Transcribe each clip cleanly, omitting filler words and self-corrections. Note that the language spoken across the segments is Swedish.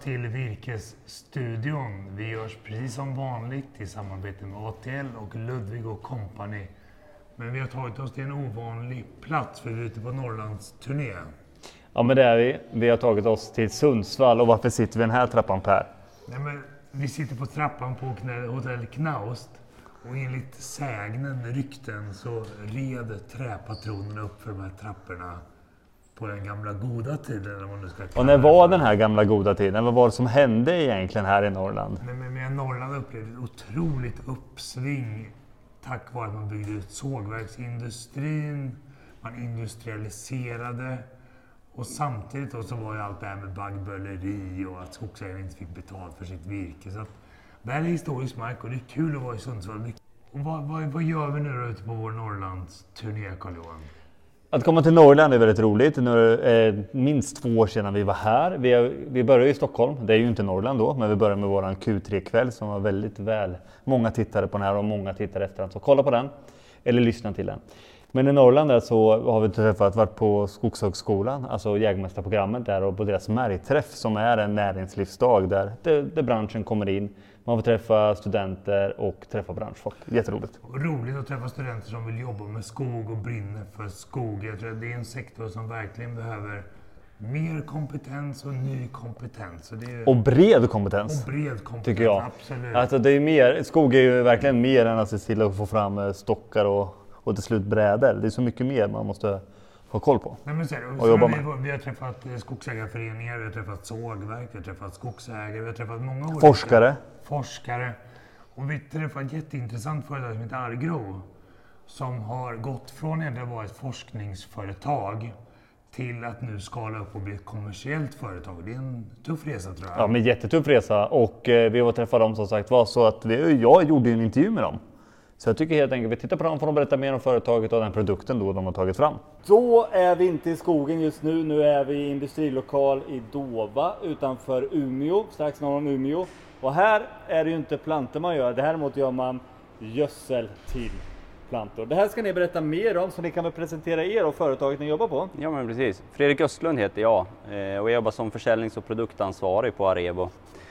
till Virkesstudion. Vi görs precis som vanligt i samarbete med ATL och Ludvig och Company. Men vi har tagit oss till en ovanlig plats för vi är ute på Norrlands turné. Ja, men det är vi. Vi har tagit oss till Sundsvall. Och varför sitter vi i den här trappan, Per? Nej, men vi sitter på trappan på Hotell Knaust. Och enligt sägnen, rykten, så red träpatronerna upp för de här trapporna på den gamla goda tiden. Eller vad du ska kalla och när var den här gamla goda tiden? Vad var det som hände egentligen här i Norrland? Men Norrland upplevde ett otroligt uppsving tack vare att man byggde ut sågverksindustrin, man industrialiserade och samtidigt då så var ju allt det här med baggböleri och att skogsägarna inte fick betalt för sitt virke. Så att det här är historisk mark och det är kul att vara i Sundsvall. Och vad gör vi nu då ute på vår Norrlands turné, Carl-Johan? Att komma till Norrland är väldigt roligt. Nu är det minst 2 år sedan vi var här. Vi började i Stockholm. Det är ju inte Norrland då, men vi började med våran Q3-kväll som var väldigt väl. Många tittade på den här och många tittade efter den. Så kolla på den eller lyssna till den. Men i Norrland där så har vi varit på Skogshögskolan, alltså jägmästarprogrammet där och på deras märgträff som är en näringslivsdag där branschen kommer in. Man får träffa studenter och träffa branschfolk. Jätteroligt. Roligt att träffa studenter som vill jobba med skog och brinner för skog. Jag tror att det är en sektor som verkligen behöver mer kompetens och ny kompetens. Och bred kompetens. Och bred kompetens, tycker jag. Absolut. Alltså det är mer, skog är ju verkligen mer än att se till att få fram stockar och till slut brädor. Det är så mycket mer man måste ha koll på. Nej, men vi har träffat skogsägarföreningar, vi har träffat sågverk, vi har träffat skogsägare, vi har träffat många olika forskare. Och vi träffade ett jätteintressant företag som heter Argro som har gått från att vara ett forskningsföretag till att nu skala upp och bli ett kommersiellt företag. Det är en tuff resa, tror jag. Ja, men jättetuff resa. Och vi var träffade dem som sagt var så att jag gjorde en intervju med dem. Så jag tycker helt enkelt vi tittar på dem för att berätta mer om företaget och den produkten då de har tagit fram. Då är vi inte i skogen just nu. Nu är vi i industrilokal i Dova utanför Umeå, strax norr om Umeå. Och här är det ju inte plantor man gör. Däremot gör man gödsel till plantor. Det här ska ni berätta mer om så ni kan väl presentera er och företaget ni jobbar på. Ja, men precis. Fredrik Östlund heter jag och jag jobbar som försäljnings- och produktansvarig på Arevo.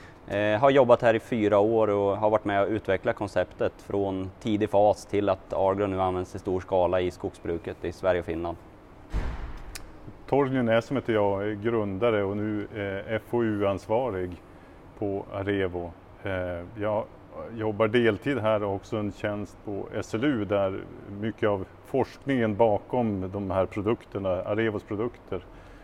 Har jobbat här i 4 år och har varit med och utvecklat konceptet från tidig fas till att Argro nu används i stor skala i skogsbruket i Sverige och Finland. Torgny Näsum heter jag, är grundare och nu FoU-ansvarig på Arevo. Jag jobbar deltid här och också en tjänst på SLU där mycket av forskningen bakom de här produkterna, Arevos produkter,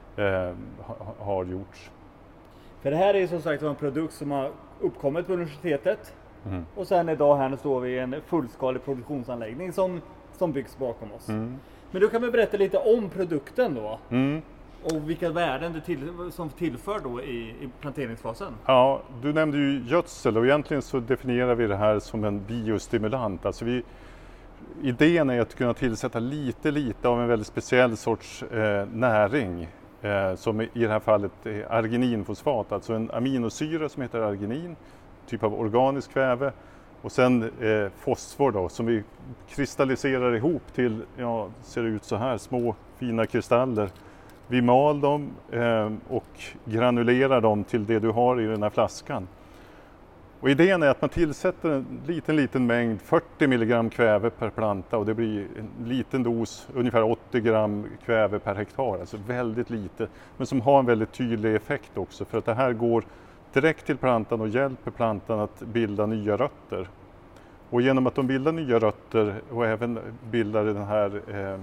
har gjorts. För det här är som sagt en produkt som har uppkommit på universitetet. Och sen idag här står vi i en fullskalig produktionsanläggning som byggs bakom oss. Men då kan vi berätta lite om produkten då. Och vilka värden som tillför då i planteringsfasen. Ja, du nämnde ju gödsel och egentligen så definierar vi det här som en biostimulant. Alltså idén är att kunna tillsätta lite av en väldigt speciell sorts näring. Som i det här fallet är argininfosfat, alltså en aminosyra som heter arginin, typ av organisk kväve. Och sen fosfor då, som vi kristalliserar ihop till, ser ut så här, små fina kristaller. Vi mal dem och granulerar dem till det du har i den här flaskan. Och idén är att man tillsätter en liten mängd, 40 mg kväve per planta och det blir en liten dos, ungefär 80 gram kväve per hektar, alltså väldigt lite. Men som har en väldigt tydlig effekt också för att det här går direkt till plantan och hjälper plantan att bilda nya rötter. Och genom att de bildar nya rötter och även bildar den här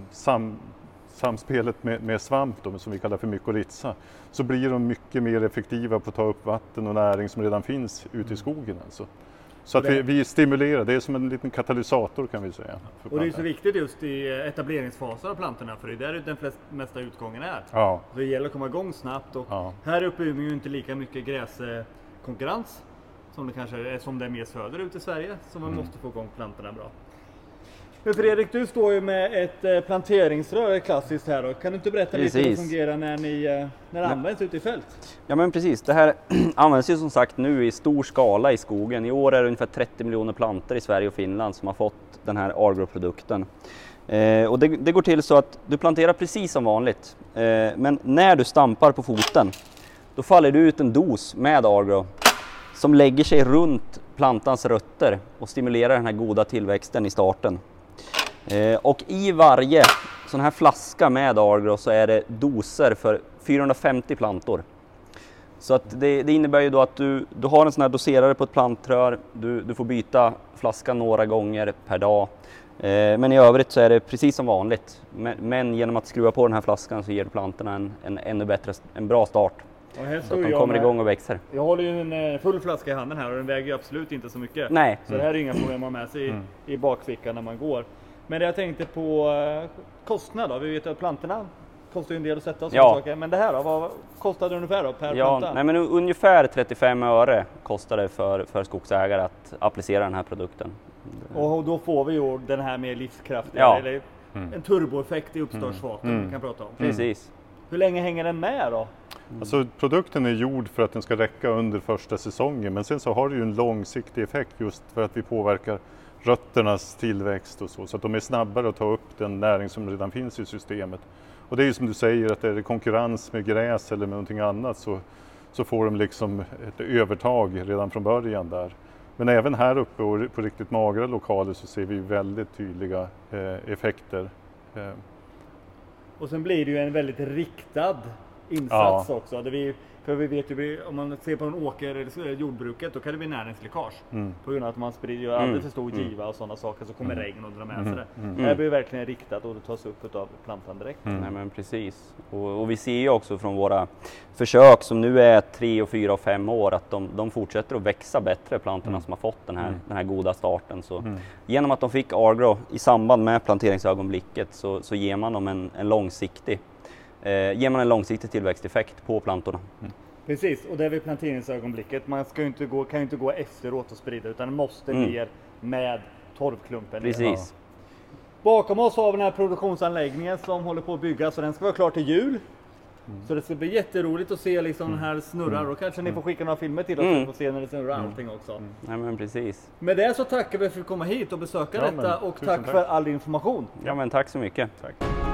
samspelet med svamp då, som vi kallar för mykorrhiza, så blir de mycket mer effektiva på att ta upp vatten och näring som redan finns ute i skogen. Alltså. Så att vi stimulerar, det är som en liten katalysator kan vi säga. Och det är så viktigt just i etableringsfasen av plantorna för det är där den mesta utgången är. Ja. Så det gäller att komma igång snabbt och här uppe i Umeå är inte lika mycket gräskonkurrens som det kanske är som det är mer söderut i Sverige, så man måste få igång plantorna bra. Men Fredrik, du står ju med ett planteringsrör klassiskt här då. Kan du inte berätta lite hur det fungerar när det används ute i fält? Ja, men precis. Det här används ju som sagt nu i stor skala i skogen. I år är det ungefär 30 miljoner plantor i Sverige och Finland som har fått den här Argro-produkten. Och det går till så att du planterar precis som vanligt. Men när du stampar på foten, då faller det ut en dos med Argro som lägger sig runt plantans rötter och stimulerar den här goda tillväxten i starten. Och i varje sån här flaska med Argro så är det doser för 450 plantor. Så att det innebär ju då att du har en sån här doserare på ett plantrör, du får byta flaskan några gånger per dag. Men i övrigt så är det precis som vanligt. Men genom att skruva på den här flaskan så ger du plantorna en bra start. Så att de kommer igång och växer. Jag håller ju en full flaska i handen här och den väger ju absolut inte så mycket. Nej. Så det här är inga problem att ha med sig i bakfickan när man går. Men det jag tänkte på kostnad då. Vi vet att plantorna kostar ju en del att sätta och sådana saker. Men det här då, vad kostar det ungefär då per planta? Nej, men ungefär 35 öre kostar det för skogsägare att applicera den här produkten. Och då får vi ju den här med livskraftiga, eller en turboeffekt i uppstartsfaten vi kan prata om. Precis. Hur länge hänger den med då? Alltså, produkten är gjord för att den ska räcka under första säsongen, men sen så har det ju en långsiktig effekt just för att vi påverkar rötternas tillväxt och så att de är snabbare att ta upp den näring som redan finns i systemet. Och det är ju som du säger, att är det konkurrens med gräs eller med någonting annat så får de liksom ett övertag redan från början där. Men även här uppe och på riktigt magra lokaler så ser vi väldigt tydliga effekter. Och sen blir det ju en väldigt riktad insats också. För vi vet ju, om man ser på en åker eller jordbruket, då kan det bli näringsläckage. På grund av att man sprider alldeles för stor giva och sådana saker, så kommer regn och drar med sig det. Det här blir verkligen riktat och det tas upp av plantan direkt. Nej, men precis. Och vi ser ju också från våra försök som nu är 3, 4 och 5 år att de fortsätter att växa bättre, plantorna som har fått den här goda starten. Så genom att de fick Argro i samband med planteringsögonblicket så ger man dem en långsiktig tillväxteffekt på plantorna. Precis, och det är vid planteringsögonblicket. Man kan ju inte gå efteråt och sprida, utan det måste ner med torvklumpen. Precis. Bakom oss har vi den här produktionsanläggningen som håller på att byggas, och den ska vara klar till jul. Så det ska bli jätteroligt att se liksom den här snurrar, och kanske ni får skicka några filmer till oss så vi får se när det snurrar allting också. Nej, men precis. Med det så tackar vi för att komma hit och besöka detta, och tack för all information. Ja, men tack så mycket. Tack.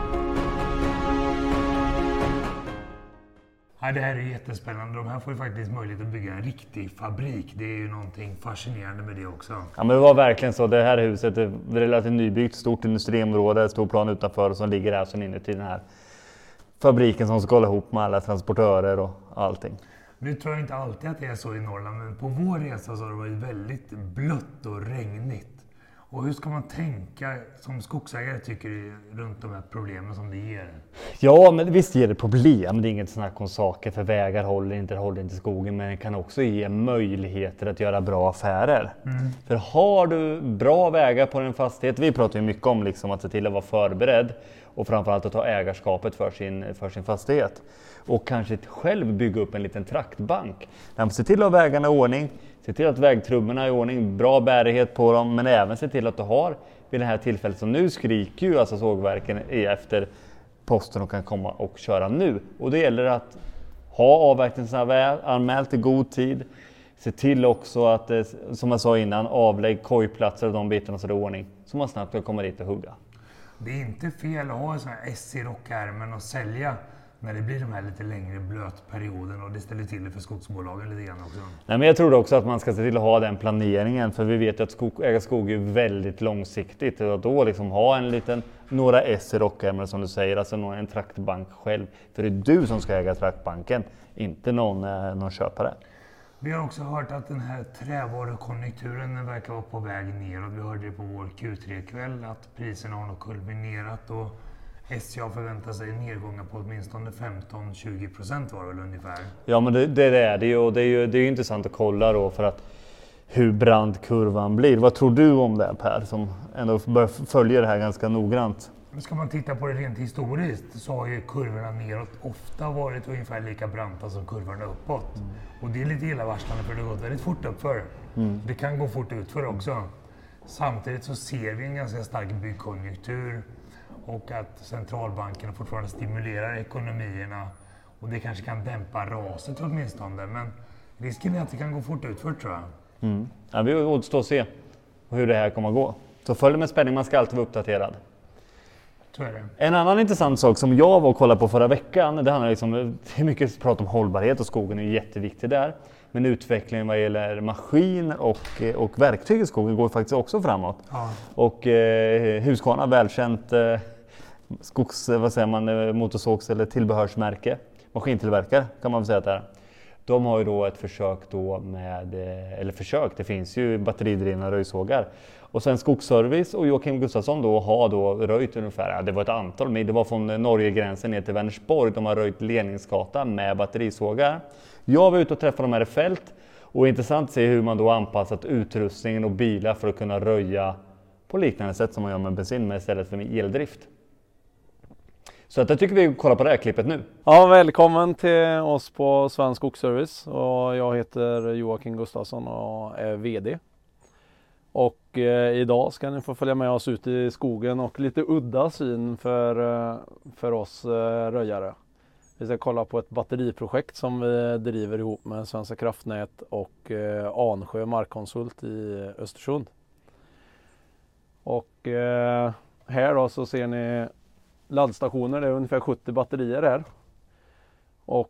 Ja, det här är jättespännande. De här får ju faktiskt möjlighet att bygga en riktig fabrik. Det är ju någonting fascinerande med det också. Ja, men det var verkligen så. Det här huset är relativt nybyggt, stort industriområde, stor plan utanför, som ligger här som inuti den här fabriken som ska hålla ihop med alla transportörer och allting. Nu tror jag inte alltid att det är så i Norrland, men på vår resa så har det varit väldigt blött och regnigt. Och hur ska man tänka som skogsägare tycker du runt de här problemen som det ger? Ja, men visst ger det problem. Det är inget snack om saker, för vägar håller inte skogen, men det kan också ge möjligheter att göra bra affärer. För har du bra vägar på din fastighet, vi pratar ju mycket om liksom att se till att vara förberedd och framförallt att ta ägarskapet för sin fastighet. Och kanske själv bygga upp en liten traktbank. Man får se till att ha vägarna i ordning, se till att vägtrummorna är i ordning, bra bärighet på dem, men även se till att du har vid det här tillfället, som nu skriker ju alltså sågverken efter posten och kan komma och köra nu. Och det gäller att ha avverkningsanmält i god tid. Se till också att, som jag sa innan, avlägg kojplatser och de bitarna så det är ordning, så man snabbt kan komma dit och hugga. Det är inte fel att ha en sån här S i rockärmen och sälja när det blir de här lite längre blötperioden, och det ställer till det för skogsbolagen lite grann också. Nej, men jag tror också att man ska se till att ha den planeringen, för vi vet ju att äga skog är väldigt långsiktigt, och då liksom ha några S i rockärmen som du säger, alltså en traktbank själv. För det är du som ska äga traktbanken, inte någon köpare. Vi har också hört att den här trävarukonjunkturen verkar vara på väg neråt. Vi hörde det på vår Q3-kväll att priserna har nog kulminerat, och SCA förväntar sig nedgångar på åtminstone 15-20% var det väl ungefär. Ja, men det är det ju, och det är ju intressant att kolla då för att hur brant kurvan blir. Vad tror du om det, Per, som ändå börjar följa det här ganska noggrant? Ska man titta på det rent historiskt så har ju kurvorna neråt ofta varit ungefär lika branta som kurvorna uppåt. Och det är lite illavarslande, för det har gått väldigt fort uppför. Det kan gå fort utför också. Samtidigt så ser vi en ganska stark byggkonjunktur, och att centralbankerna fortfarande stimulerar ekonomierna, och det kanske kan dämpa raset åtminstone, men risken är att det kan gå fort utför, tror jag. Ja, vi återstår att se hur det här kommer att gå. Så följ med spänning, man ska alltid vara uppdaterad. Så är det. En annan intressant sak som jag var och kollade på förra veckan, det handlar liksom, det är mycket prat om hållbarhet och skogen är jätteviktig där. Men utvecklingen vad gäller maskin och verktyg i skogen går faktiskt också framåt. Ja. Och Husqvarna, välkänt motorsågs eller tillbehörsmärke, maskintillverkare kan man väl säga att det är. De har ju då ett försök då det finns ju batteridrivna röjsågar. Och sen Skogsservice och Joakim Gustafsson då har då röjt ungefär, det var ett antal mil, det var från Norgegränsen ner till Vänersborg, de har röjt ledningsgatan med batterisågar. Jag var ute och träffade dem här i fält och det är intressant att se hur man då anpassat utrustningen och bilar för att kunna röja på liknande sätt som man gör med bensin med istället för med eldrift. Så att jag tycker vi kollar på det här klippet nu. Ja, välkommen till oss på Svensk Skogsservice och jag heter Joakim Gustafsson och är VD. Och idag ska ni få följa med oss ut i skogen och lite udda syn för oss röjare. Vi ska kolla på ett batteriprojekt som vi driver ihop med Svenska kraftnät och Ansjö markkonsult i Östersund. Och här då så ser ni laddstationer, det är ungefär 70 batterier här. Och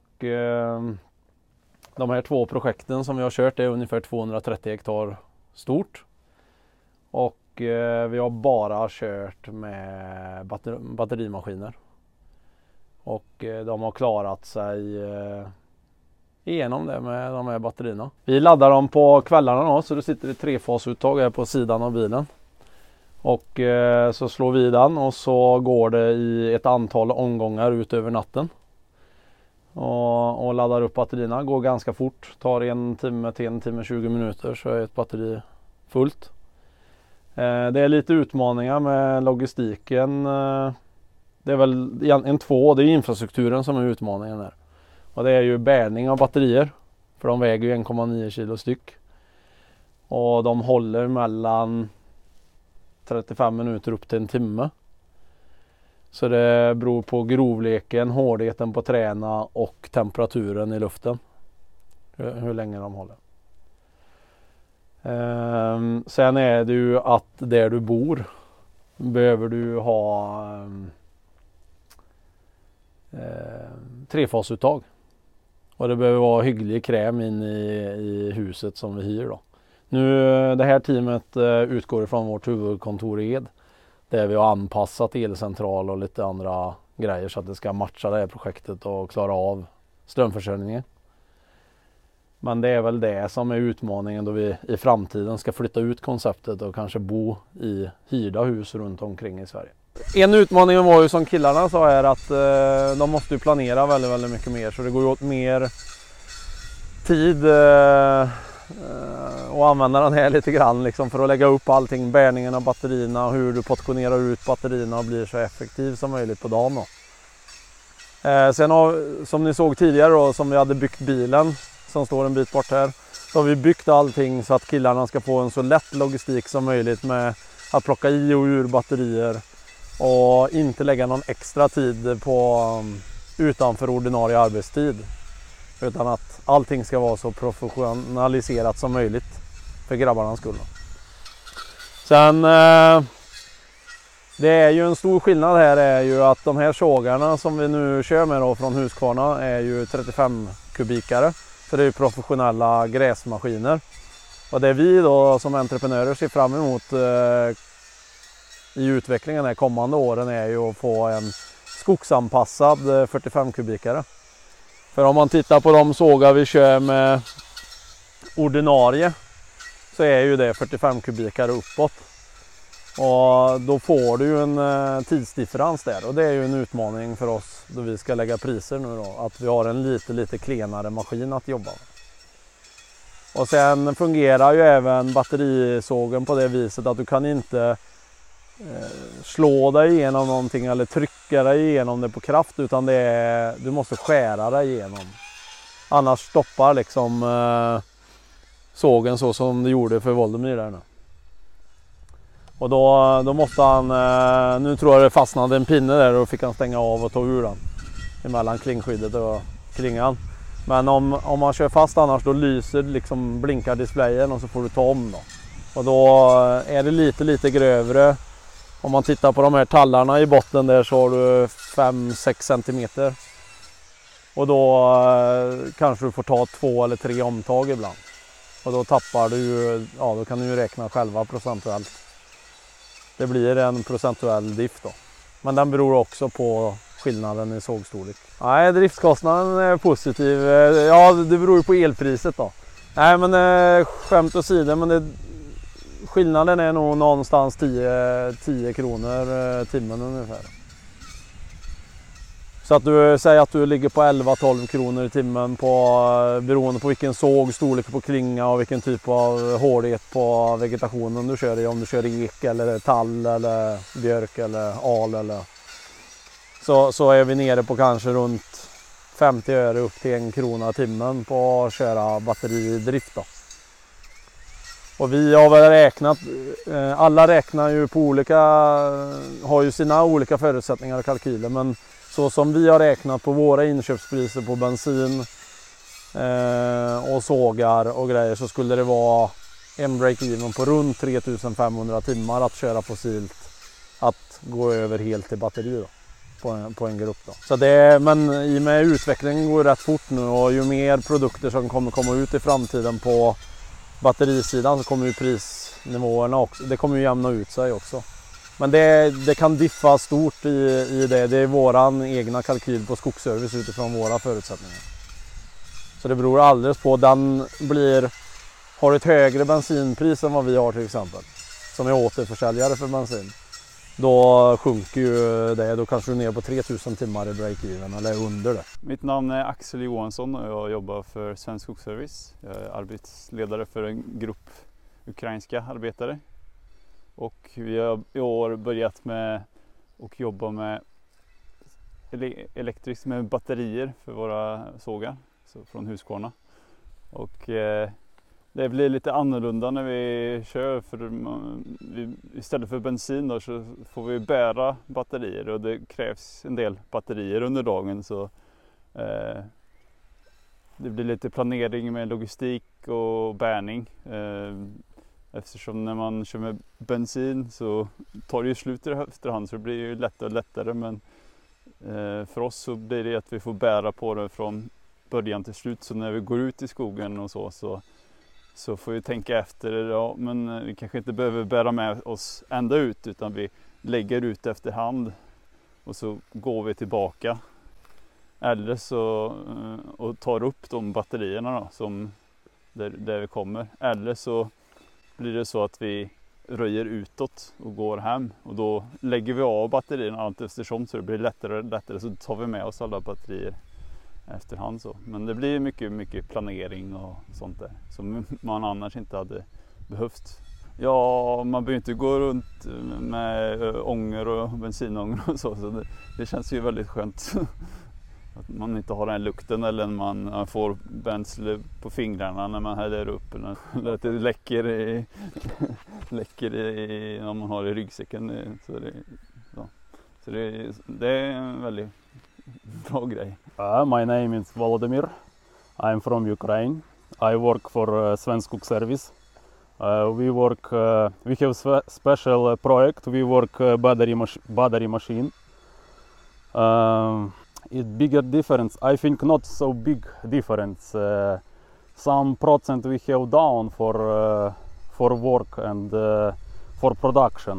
de här 2 projekten som vi har kört är ungefär 230 hektar stort. Och vi har bara kört med batterimaskiner. Och de har klarat sig igenom det med de här batterierna. Vi laddar dem på kvällarna då, så det sitter ett 3-fasuttag här på sidan av bilen. Och så slår vi den och så går det i ett antal omgångar ut över natten. Och laddar upp batterierna, går ganska fort, tar 1 timme till 1 timme 20 minuter så är ett batteri fullt. Det är lite utmaningar med logistiken. Det är väl det är infrastrukturen som är utmaningen där. Och det är ju bärning av batterier, för de väger ju 1,9 kilo styck. Och de håller mellan 35 minuter upp till 1 timme. Så det beror på grovleken, hårdheten på träna och temperaturen i luften. Hur länge de håller. Sen är det ju att där du bor behöver du ha 3-fasuttag. Och det behöver vara hygglig kräm in i huset som vi hyr då. Nu, det här teamet utgår ifrån vårt huvudkontor i Ed. Där vi har anpassat elcentral och lite andra grejer så att det ska matcha det här projektet och klara av strömförsörjningen. Men det är väl det som är utmaningen då vi i framtiden ska flytta ut konceptet och kanske bo i hyrda hus runt omkring i Sverige. En utmaning var ju som killarna sa är att de måste ju planera väldigt, väldigt mycket mer. Så det går ju åt mer tid och använda den här lite grann liksom för att lägga upp allting, bärningen av batterierna och hur du portionerar ut batterierna och blir så effektiv som möjligt på dagen då. Sen som ni såg tidigare då, som vi hade byggt bilen som står en bit bort här, så har vi byggt allting så att killarna ska få en så lätt logistik som möjligt med att plocka i och ur batterier och inte lägga någon extra tid på utanför ordinarie arbetstid. Utan att allting ska vara så professionaliserat som möjligt för grabbarnas skull. Sen det är ju en stor skillnad här är ju att de här sågarna som vi nu kör med då från Husqvarna är ju 35 kubikare. Så det är ju professionella gräsmaskiner. Och det vi då som entreprenörer ser fram emot i utvecklingen de kommande åren är ju att få en skogsanpassad 45 kubikare. För om man tittar på de sågar vi kör med ordinarie så är ju det 45 kubikare uppåt. Och då får du ju en tidsdifferens där och det är ju en utmaning för oss då vi ska lägga priser nu då. Att vi har en lite klenare maskin att jobba med. Och sen fungerar ju även batterisågen på det viset att du kan inte slå dig igenom någonting eller trycka dig igenom det på kraft utan du måste skära dig igenom. Annars stoppar liksom sågen så som det gjorde för Volodymyr där nu. Och då måste han, nu tror jag det fastnade en pinne där och fick han stänga av och ta ur den emellan klingskyddet och klingan. Men om man kör fast annars då lyser liksom, blinkar displayen och så får du ta om då. Och då är det lite grövre Om man tittar på de här tallarna i botten där så har du 5-6 centimeter. Och då kanske du får ta 2 eller 3 omtag ibland. Och då tappar du ju, ja då kan du ju räkna själva procentuellt. Det blir en procentuell diff då. Men den beror också på skillnaden i sågstorlek. Nej, driftskostnaden är positiv. Ja, det beror ju på elpriset då. Nej, men skämt åsido, men skillnaden är nog någonstans 10 kronor timmen ungefär. Så att du säger att du ligger på 11-12 kronor i timmen beroende på vilken såg, storlek på klinga och vilken typ av hårdhet på vegetationen du kör i. Om du kör ek eller tall eller björk eller al eller så är vi nere på kanske runt 50 öre upp till 1 krona timmen på att köra batteridrift då. Och vi har väl räknat, alla räknar ju på har ju sina olika förutsättningar och kalkyler, men så som vi har räknat på våra inköpspriser på bensin och sågar och grejer, så skulle det vara en break-even på runt 3500 timmar att köra fossilt, att gå över helt till batteri då, på en grupp då. Så men i och med utvecklingen går rätt fort nu, och ju mer produkter som kommer komma ut i framtiden på batterisidan så kommer ju prisnivåerna också, det kommer ju jämna ut sig också. Men det kan diffa stort i det. Det är våran egna kalkyl på Skogsservice utifrån våra förutsättningar. Så det beror alldeles på. Har ett högre bensinpris än vad vi har till exempel, som är återförsäljare för bensin, då sjunker ju det. Då kanske du är ner på 3000 timmar i break-even eller under det. Mitt namn är Axel Johansson och jag jobbar för Svensk Skogsservice. Jag är arbetsledare för en grupp ukrainska arbetare. Och vi har i år börjat med att jobba med elektriskt med batterier för våra sågar, så från Husqvarna. Och det blir lite annorlunda när vi kör, för istället för bensin då, så får vi bära batterier, och det krävs en del batterier under dagen, så det blir lite planering med logistik och bärning. Eftersom när man kör med bensin så tar det ju slut i efterhand, så det blir ju lättare och lättare, men för oss så blir det att vi får bära på det från början till slut. Så när vi går ut i skogen och så får vi tänka efter, ja, men vi kanske inte behöver bära med oss ända ut, utan vi lägger ut efterhand och så går vi tillbaka. Eller så och tar upp de batterierna då, som där vi kommer. Eller så blir det så att vi röjer utåt och går hem, och då lägger vi av batterierna allt eftersom, så det blir lättare och lättare, så tar vi med oss alla batterier efterhand så. Men det blir mycket planering och sånt där som man annars inte hade behövt. Ja, man behöver inte gå runt med ånger och bensinånger och så det känns ju väldigt skönt att man inte har den lukten, eller man får bränsle på fingrarna när man häller upp, eller att det läcker i om man har i ryggsäcken. Så det är en väldigt bra grej. My name is Volodymyr. I'm from Ukraine. I work for Svensk Skogsservice. We have special project. We work battery machine. It bigger difference. I think not so big difference. Some % we have down for work and for production.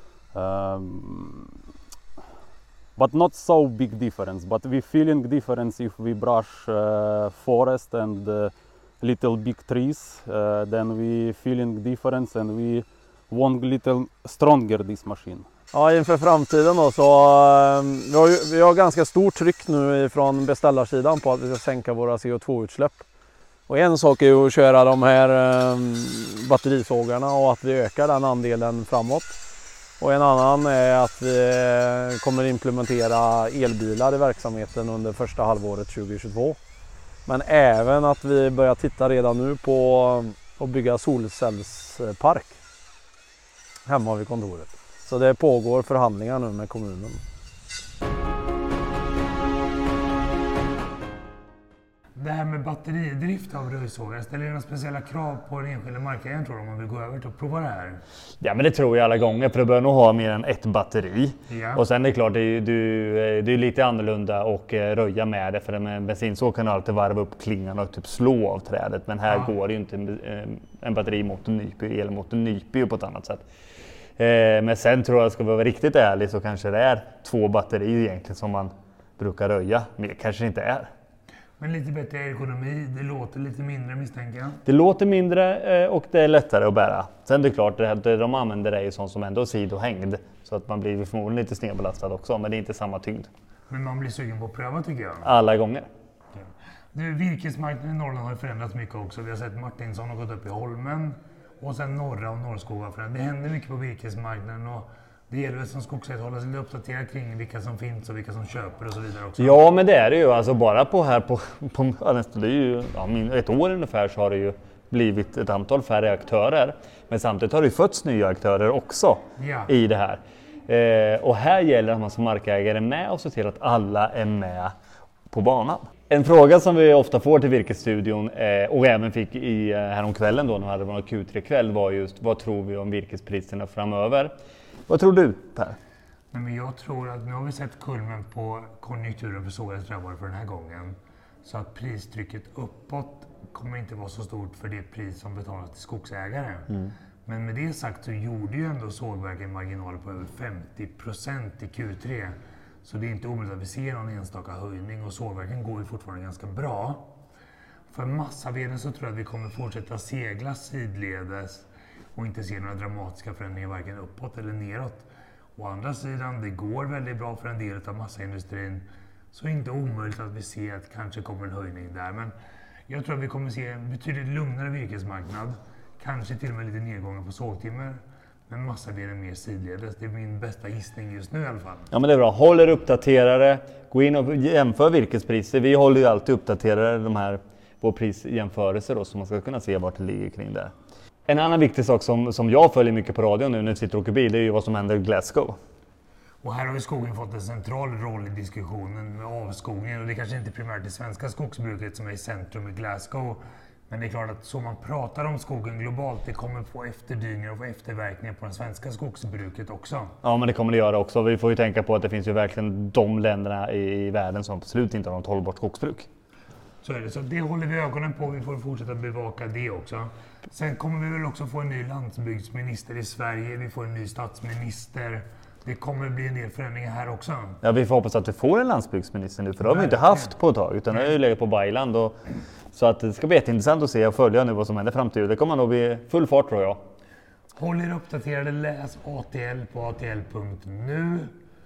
But not so big difference. But we feeling difference if we brush forest and little big trees. Then we feeling difference and we want little stronger this machine. Ja, inför framtiden då, så vi har ganska stort tryck nu från beställarsidan på att vi ska sänka våra CO2-utsläpp. Och en sak är ju att köra de här batterisågarna och att vi ökar den andelen framåt. Och en annan är att vi kommer implementera elbilar i verksamheten under första halvåret 2022. Men även att vi börjar titta redan nu på att bygga solcellspark hemma vid kontoret. Så det pågår förhandlingar nu med kommunen. Det här med batteridrift av röjsågar, ställer det några speciella krav på den enskilda markägaren tror du, om man vill gå över till att prova det här? Ja, men det tror jag alla gånger, för du bör nog ha mer än ett batteri. Ja. Och sen är det klart, det är lite annorlunda och röja med det, för med en bensinsåg kan du alltid varva upp klingan och typ slå av trädet. Men här går det ju inte, en batterimotor nyper, elmotor nyper ju på ett annat sätt. Men sen tror jag, ska vi vara riktigt ärlig, så kanske det är 2 batterier egentligen som man brukar röja, men det kanske inte är. Men lite bättre ekonomi, det låter lite mindre misstänker jag. Det låter mindre och det är lättare att bära. Sen är det klart, det de använder det är ju sånt som ändå är sidohängd. Så att man blir förmodligen lite snedbelastad också, men det är inte samma tyngd. Men man blir sugen på att pröva tycker jag. Alla gånger. Du, virkesmarknaden i Norrland har ju förändrats mycket också. Vi har sett Martinsson har gått upp i Holmen och sen norra och Norrskog har förändrats. Det händer mycket på virkesmarknaden och det gäller väl som skogsägare att hålla sig uppdaterad kring vilka som finns och vilka som köper och så vidare också. Ja, men det är det ju. Alltså bara på det är ju, ett år ungefär så har det ju blivit ett antal färre aktörer. Men samtidigt har det ju fötts nya aktörer också i det här. Och här gäller det att man som markägare är med och ser till att alla är med på banan. En fråga som vi ofta får till Virkesstudion och även fick häromkvällen då när vi hade vår Q3-kväll var just vad tror vi om virkespriserna framöver? Vad tror du, Per? Nej, men jag tror att nu har vi sett kulmen på konjunkturen för sågade trävaror för den här gången. Så att pristrycket uppåt kommer inte vara så stort för det pris som betalas till skogsägare. Men med det sagt så gjorde ju ändå sågverken marginaler på över 50% i Q3. Så det är inte omöjligt att vi ser någon enstaka höjning och sågverken går ju fortfarande ganska bra. För massaveden så tror jag att vi kommer fortsätta segla sidledes och inte se några dramatiska förändringar varken uppåt eller neråt. Å andra sidan, det går väldigt bra för en del av massaindustrin, så är det inte omöjligt att vi ser att kanske kommer en höjning där. Men jag tror att vi kommer se en betydligt lugnare virkesmarknad, kanske till och med lite nedgångar på sågtimmer, men massaveden mer sidledes. Det är min bästa gissning just nu i alla fall. Ja, men det är bra. Håll er uppdaterade, gå in och jämför virkespriser. Vi håller ju alltid uppdaterade de här på prisjämförelser då, så man ska kunna se vart det ligger kring det. En annan viktig sak som jag följer mycket på radion nu när jag sitter och åker bil, det är ju vad som händer i Glasgow. Och här har ju skogen fått en central roll i diskussionen med avskogningen, och det kanske inte primärt det svenska skogsbruket som är i centrum i Glasgow. Men det är klart att så man pratar om skogen globalt, det kommer få efterdyningar och efterverkningar på det svenska skogsbruket också. Ja, men det kommer det göra också. Vi får ju tänka på att det finns ju verkligen de länderna i världen som absolut inte har något hållbart skogsbruk. Så är det, så det håller vi ögonen på, vi får fortsätta bevaka det också. Sen kommer vi väl också få en ny landsbygdsminister i Sverige, vi får en ny statsminister. Det kommer bli en del förändringar här också. Ja, vi får hoppas att vi får en landsbygdsminister nu, för det har vi inte haft på ett tag, utan det har ju legat på Bayland. Så att det ska bli jätteintressant att se och följa nu vad som händer fram till. Det kommer nog bli full fart tror jag. Håll er uppdaterade, läs ATL på atl.nu.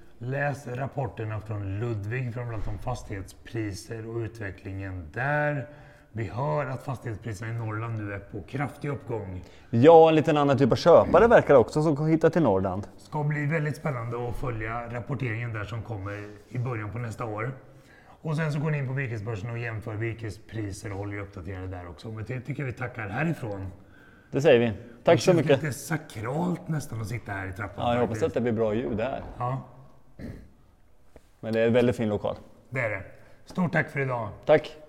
Läs rapporterna från Ludvig, framförallt om fastighetspriser och utvecklingen där. Vi hör att fastighetspriserna i Norrland nu är på kraftig uppgång. Ja, en liten annan typ av köpare verkar också som hittar till Norrland. Det ska bli väldigt spännande att följa rapporteringen där som kommer i början på nästa år. Och sen så går ni in på virkesbörsen och jämför virkespriser och håller er uppdaterade där också. Men det tycker vi tackar härifrån. Det säger vi. Tack så mycket. Det är lite sakralt nästan att sitta här i trappan. Ja, jag hoppas att det blir bra ljud här. Ja. Men det är en väldigt fin lokal. Det är det. Stort tack för idag. Tack.